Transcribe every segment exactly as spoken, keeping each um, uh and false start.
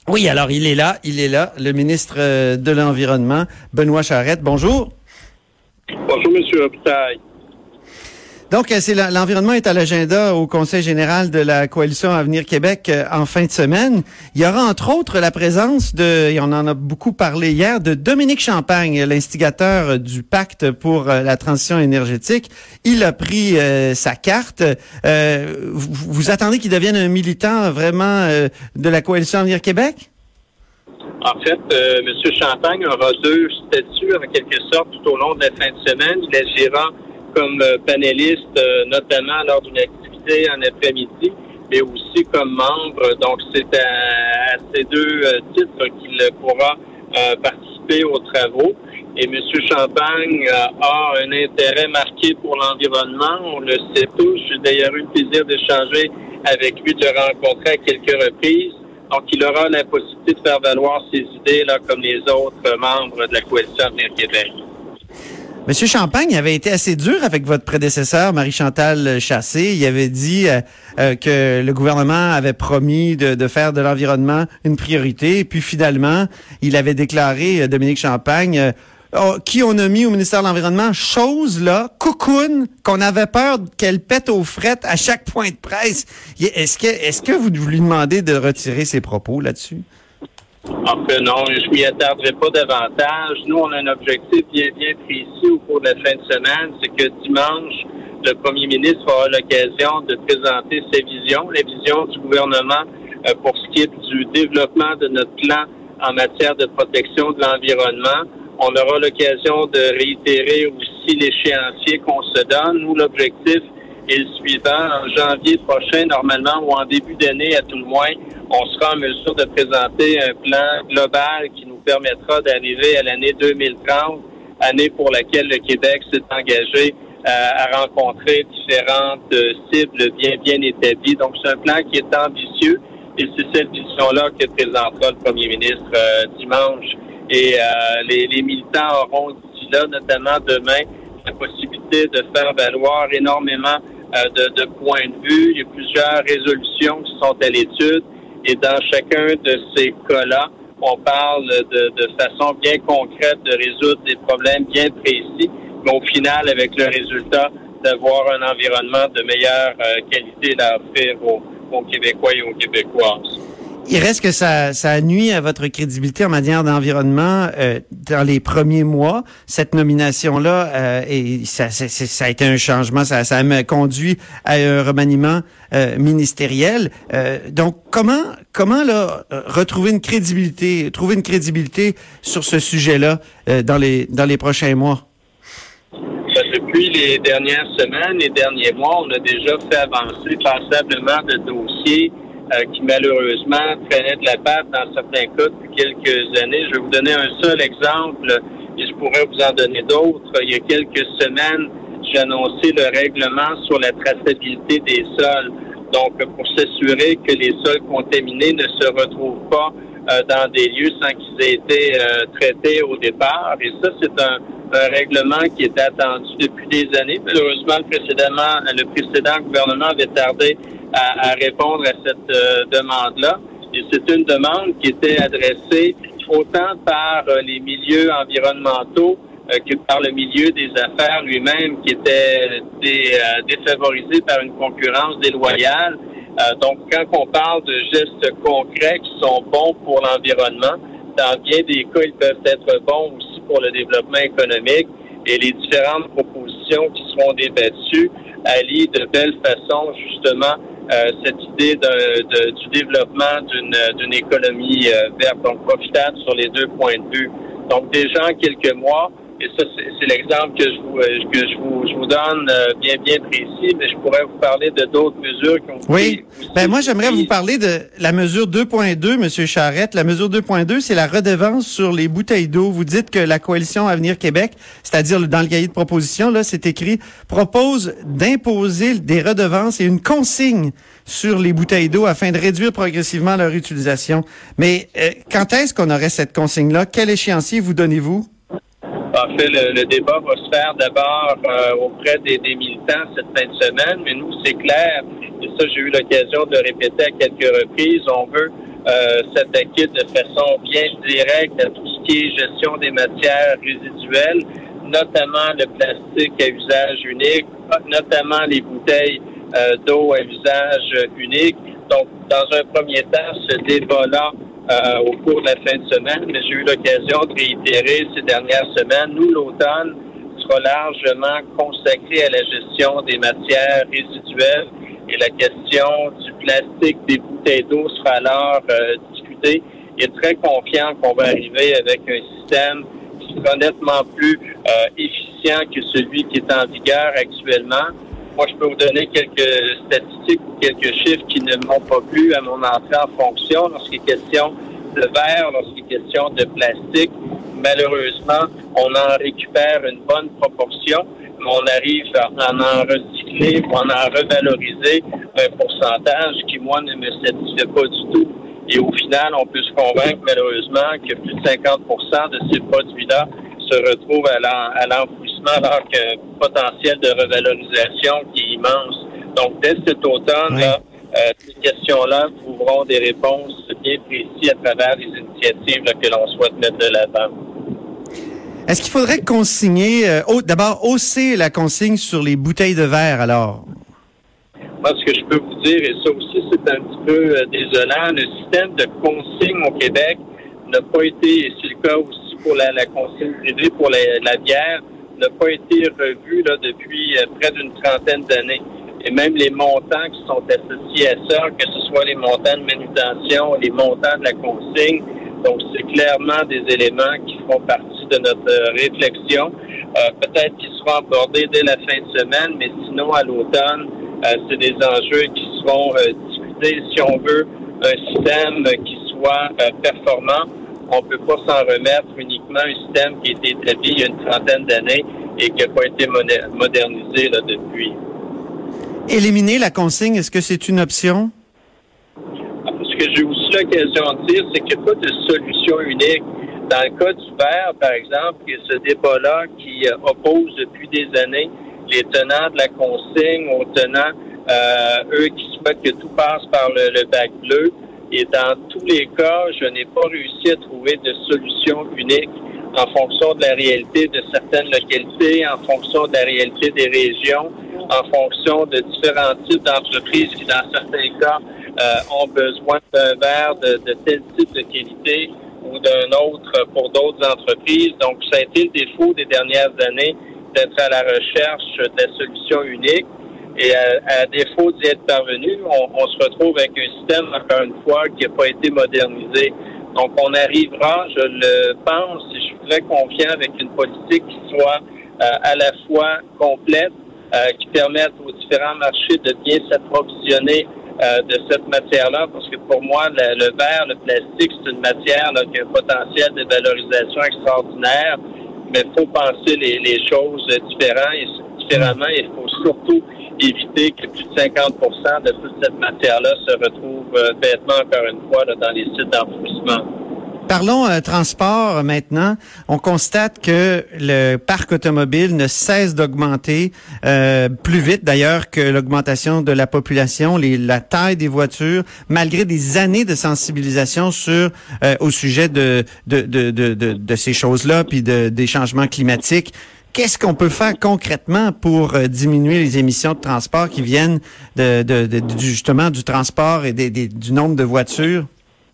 Oui, alors il est là, il est là, le ministre de l'Environnement, Benoît Charette. Bonjour. Bonjour, Monsieur Robitaille. Donc, c'est l'environnement est à l'agenda au Conseil général de la Coalition Avenir Québec en fin de semaine. Il y aura entre autres la présence de, et on en a beaucoup parlé hier, de Dominique Champagne, l'instigateur du pacte pour la transition énergétique. Il a pris euh, sa carte. Euh, vous, vous attendez qu'il devienne un militant vraiment euh, de la Coalition Avenir Québec? En fait, euh, M. Champagne aura deux statuts, en quelque sorte, tout au long de la fin de semaine. Il agira comme panéliste, euh, notamment lors d'une activité en après-midi, mais aussi comme membre. Donc, c'est à, à ces deux euh, titres qu'il pourra euh, participer aux travaux. Et M. Champagne euh, a un intérêt marqué pour l'environnement. On le sait tous. J'ai d'ailleurs eu le plaisir d'échanger avec lui, de le rencontrer à quelques reprises. Donc, il aura la possibilité de faire valoir ses idées là, comme les autres membres de la Coalition Avenir Québec. Monsieur Champagne avait été assez dur avec votre prédécesseur, Marie-Chantal Chassé. Il avait dit euh, euh, que le gouvernement avait promis de, de faire de l'environnement une priorité. Puis finalement, il avait déclaré, euh, Dominique Champagne, euh, oh, qui on a mis au ministère de l'Environnement, chose là, coucoune, qu'on avait peur qu'elle pète aux frettes à chaque point de presse. Est-ce que, est-ce que vous lui demandez de retirer ses propos là-dessus? En fait, non, je m'y attarderai pas davantage. Nous, on a un objectif bien, bien précis au cours de la fin de semaine, c'est que dimanche, le premier ministre aura l'occasion de présenter ses visions, la vision du gouvernement euh, pour ce qui est du développement de notre plan en matière de protection de l'environnement. On aura l'occasion de réitérer aussi l'échéancier qu'on se donne. Nous, l'objectif est le suivant. En janvier prochain, normalement, ou en début d'année, à tout le moins, on sera en mesure de présenter un plan global qui nous permettra d'arriver à l'année deux mille trente, année pour laquelle le Québec s'est engagé euh, à rencontrer différentes euh, cibles bien, bien établies. Donc, c'est un plan qui est ambitieux et c'est cette vision-là que présentera le premier ministre euh, dimanche. Et euh, les, les militants auront d'ici là, notamment demain, la possibilité de faire valoir énormément euh, de, de points de vue. Il y a plusieurs résolutions qui sont à l'étude. Et dans chacun de ces cas-là, on parle de, de façon bien concrète de résoudre des problèmes bien précis, mais au final, avec le résultat d'avoir un environnement de meilleure euh, qualité à offrir aux, aux Québécois et aux Québécoises. Il reste que ça, ça nuit à votre crédibilité en matière d'environnement euh, dans les premiers mois. Cette nomination-là, euh, et ça, c'est, ça a été un changement, ça, ça m'a conduit à un remaniement euh, ministériel. Euh, donc, comment, comment là retrouver une crédibilité, trouver une crédibilité sur ce sujet-là euh, dans les dans les prochains mois? Depuis les dernières semaines, les derniers mois, on a déjà fait avancer passablement de dossiers Euh, qui malheureusement traînait de la patte dans certains cas depuis quelques années. Je vais vous donner un seul exemple et je pourrais vous en donner d'autres. Il y a quelques semaines, j'ai annoncé le règlement sur la traçabilité des sols. Donc, pour s'assurer que les sols contaminés ne se retrouvent pas euh, dans des lieux sans qu'ils aient été euh, traités au départ. Et ça, c'est un, un règlement qui était attendu depuis des années. Malheureusement, le précédemment, le précédent gouvernement avait tardé À, à répondre à cette euh, demande-là. Et c'est une demande qui était adressée autant par euh, les milieux environnementaux euh, que par le milieu des affaires lui-même, qui était dé, euh, défavorisé par une concurrence déloyale. Euh, donc, quand on parle de gestes concrets qui sont bons pour l'environnement, dans bien des cas, ils peuvent être bons aussi pour le développement économique. Et les différentes propositions qui seront débattues allient de belle façon, justement, Euh, cette idée de, de, du développement d'une, d'une économie euh, verte, donc profitable sur les deux points de vue. Donc déjà en quelques mois, et ça c'est, c'est l'exemple que je vous que je vous je vous donne euh, bien bien précis, mais je pourrais vous parler de d'autres mesures qui ont été. Oui, ben moi j'aimerais vous parler de la mesure deux point deux, Monsieur Charette. La mesure deux point deux, c'est la redevance sur les bouteilles d'eau. Vous dites que la Coalition Avenir Québec, c'est-à-dire dans le cahier de proposition, là, c'est écrit, propose d'imposer des redevances et une consigne sur les bouteilles d'eau afin de réduire progressivement leur utilisation. Mais euh, quand est-ce qu'on aurait cette consigne-là? Quel échéancier vous donnez-vous? En fait, le, le débat va se faire d'abord euh, auprès des, des militants cette fin de semaine, mais nous, c'est clair, et ça, j'ai eu l'occasion de le répéter à quelques reprises, on veut euh, s'attaquer de façon bien directe à tout ce qui est gestion des matières résiduelles, notamment le plastique à usage unique, notamment les bouteilles euh, d'eau à usage unique. Donc, dans un premier temps, ce débat-là, euh, au cours de la fin de semaine, mais j'ai eu l'occasion de réitérer ces dernières semaines, nous, l'automne, sera largement consacré à la gestion des matières résiduelles et la question du plastique des bouteilles d'eau sera alors euh, discutée. Il est très confiant qu'on va arriver avec un système qui sera nettement plus euh, efficient que celui qui est en vigueur actuellement. Moi, je peux vous donner quelques statistiques ou quelques chiffres qui ne m'ont pas plu à mon entrée en fonction lorsqu'il est question de verre, lorsqu'il est question de plastique. Malheureusement, on en récupère une bonne proportion, mais on arrive à en, en recycler ou en, en revaloriser un pourcentage qui, moi, ne me satisfait pas du tout. Et au final, on peut se convaincre, malheureusement, que plus de cinquante pour cent de ces produits-là se retrouvent à l'enfouissement, alors qu'un potentiel de revalorisation qui est immense. Donc, dès cet automne, oui. là, euh, ces questions-là trouveront des réponses bien précises à travers les initiatives là, que l'on souhaite mettre de l'avant. Est-ce qu'il faudrait consigner, euh, d'abord hausser la consigne sur les bouteilles de verre, alors? Moi, ce que je peux vous dire, et ça aussi, c'est un petit peu euh, désolant, le système de consigne au Québec n'a pas été, et c'est le cas aussi pour la, la consigne privée, pour la, la bière, n'a pas été revu là, depuis euh, près d'une trentaine d'années. Et même les montants qui sont associés à ça, que ce soit les montants de manutention, les montants de la consigne, donc c'est clairement des éléments qui feront partie de notre euh, réflexion. Euh, peut-être qu'ils seront abordés dès la fin de semaine, mais sinon à l'automne, euh, c'est des enjeux qui seront euh, discutés. Si on veut un système qui soit euh, performant, on ne peut pas s'en remettre uniquement à un système qui a été établi il y a une trentaine d'années et qui n'a pas été modernisé là, depuis. Éliminer la consigne, est-ce que c'est une option? Ce que j'ai aussi l'occasion de dire, c'est qu'il n'y a pas de solution unique. Dans le cas du verre, par exemple, il y a ce débat-là qui euh, oppose depuis des années les tenants de la consigne aux tenants, euh, eux qui souhaitent que tout passe par le, le bac bleu. Et dans tous les cas, je n'ai pas réussi à trouver de solution unique en fonction de la réalité de certaines localités, en fonction de la réalité des régions, en fonction de différents types d'entreprises qui, dans certains cas, euh, ont besoin d'un verre de, de tel type de qualité ou d'un autre pour d'autres entreprises. Donc, ça a été le défaut des dernières années d'être à la recherche de la solution unique. Et à, à défaut d'y être parvenu, on, on se retrouve avec un système, encore une fois, qui n'a pas été modernisé. Donc, on arrivera, je le pense, et je suis très confiant avec une politique qui soit euh, à la fois complète, euh, qui permette aux différents marchés de bien s'approvisionner euh, de cette matière-là, parce que pour moi, le, le verre, le plastique, c'est une matière là, qui a un potentiel de valorisation extraordinaire, mais il faut penser les, les choses différemment et, différemment. Il faut surtout éviter que plus de cinquante pour cent de toute cette matière-là se retrouve euh, bêtement, encore une fois, là, dans les sites d'enfouissement. Parlons euh, transport maintenant. On constate que le parc automobile ne cesse d'augmenter euh, plus vite d'ailleurs que l'augmentation de la population, les, la taille des voitures, malgré des années de sensibilisation sur euh, au sujet de de de de, de, de ces choses-là, puis de, des changements climatiques. Qu'est-ce qu'on peut faire concrètement pour euh, diminuer les émissions de transport qui viennent de, de, de, de justement du transport et des, des, du nombre de voitures?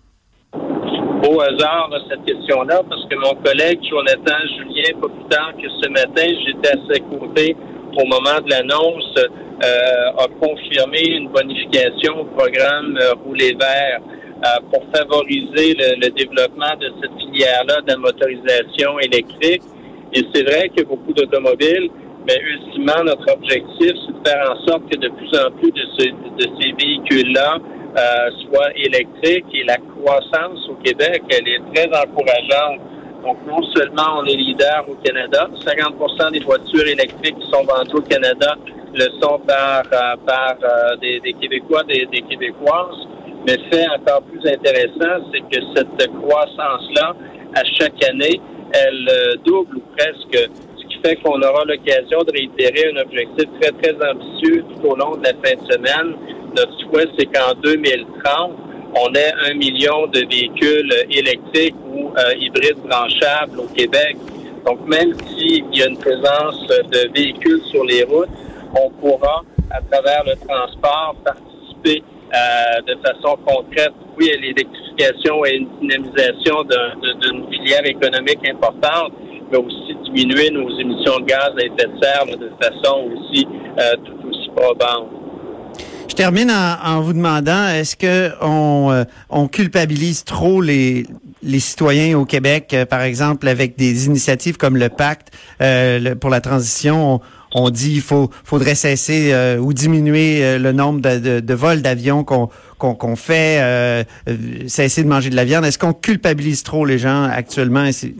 Au hasard de cette question-là, parce que mon collègue Jonathan Julien, pas plus tard que ce matin, j'étais à ses côtés au moment de l'annonce, euh, a confirmé une bonification au programme euh, Rouler vert euh, pour favoriser le, le développement de cette filière-là de la motorisation électrique. Et c'est vrai qu'il y a beaucoup d'automobiles, mais ultimement, notre objectif, c'est de faire en sorte que de plus en plus de, ce, de ces véhicules-là euh, soient électriques. Et la croissance au Québec, elle est très encourageante. Donc, non seulement on est leader au Canada, cinquante pour cent des voitures électriques qui sont vendues au Canada le sont par, euh, par euh, des, des Québécois, des, des Québécoises. Mais fait encore plus intéressant, c'est que cette croissance-là, à chaque année, elle euh, double ou presque, ce qui fait qu'on aura l'occasion de réitérer un objectif très, très ambitieux tout au long de la fin de semaine. Notre souhait, c'est qu'en deux mille trente, on ait un million de véhicules électriques ou euh, hybrides branchables au Québec. Donc, même s'il y a une présence de véhicules sur les routes, on pourra, à travers le transport, participer euh, de façon concrète, oui, à l'électrification et à une dynamisation d'un, d'une filière économique importante, mais aussi diminuer nos émissions de gaz à effet de serre là, de façon aussi euh, tout aussi probante. Je termine en, en vous demandant, est-ce que on, euh, on culpabilise trop les les citoyens au Québec, euh, par exemple, avec des initiatives comme le Pacte euh, le, pour la transition? On, on dit il faut faudrait cesser euh, ou diminuer euh, le nombre de, de, de vols d'avions qu'on qu'on, qu'on fait, euh, euh, cesser de manger de la viande. Est-ce qu'on culpabilise trop les gens actuellement? C'est...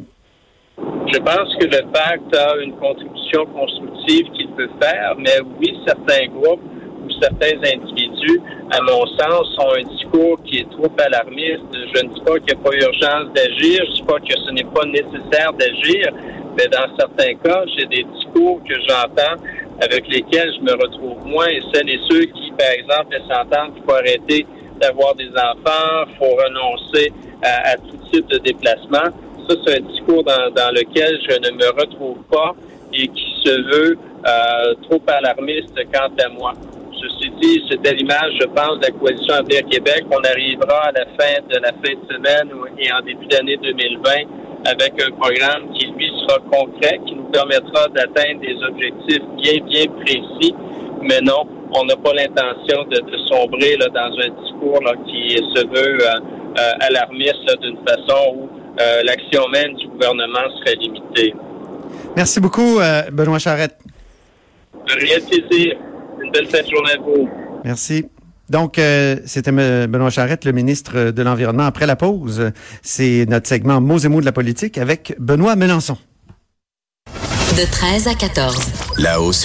Je pense que le Pacte a une contribution constructive qu'il peut faire, mais oui, certains groupes ou certains individus, à mon sens, ont un discours qui est trop alarmiste. Je ne dis pas qu'il n'y a pas urgence d'agir, je ne dis pas que ce n'est pas nécessaire d'agir, mais dans certains cas, j'ai des discours que j'entends avec lesquels je me retrouve moins, et celles et ceux qui, par exemple, s'entendent qu'il faut arrêter d'avoir des enfants, il faut renoncer à, à tout type de déplacement. Ça, c'est un discours dans, dans lequel je ne me retrouve pas et qui se veut euh, trop alarmiste quant à moi. Ceci dit, c'est à l'image, je pense, de la Coalition Avenir Québec. On arrivera à la fin de la fin de semaine et en début d'année deux mille vingt avec un programme qui, lui, sera concret, qui nous permettra d'atteindre des objectifs bien, bien précis. Mais non, on n'a pas l'intention de, de sombrer là, dans un discours là, qui se veut euh, euh, alarmiste là, d'une façon où euh, l'action même du gouvernement serait limitée. Merci beaucoup, euh, Benoît Charette. Rien de plaisir. Une belle fin de journée à vous. Merci. Donc, euh, c'était Benoît Charette, le ministre de l'Environnement. Après la pause, c'est notre segment Mots et mots de la politique avec Benoît Melançon. De treize à quatorze. Là-haut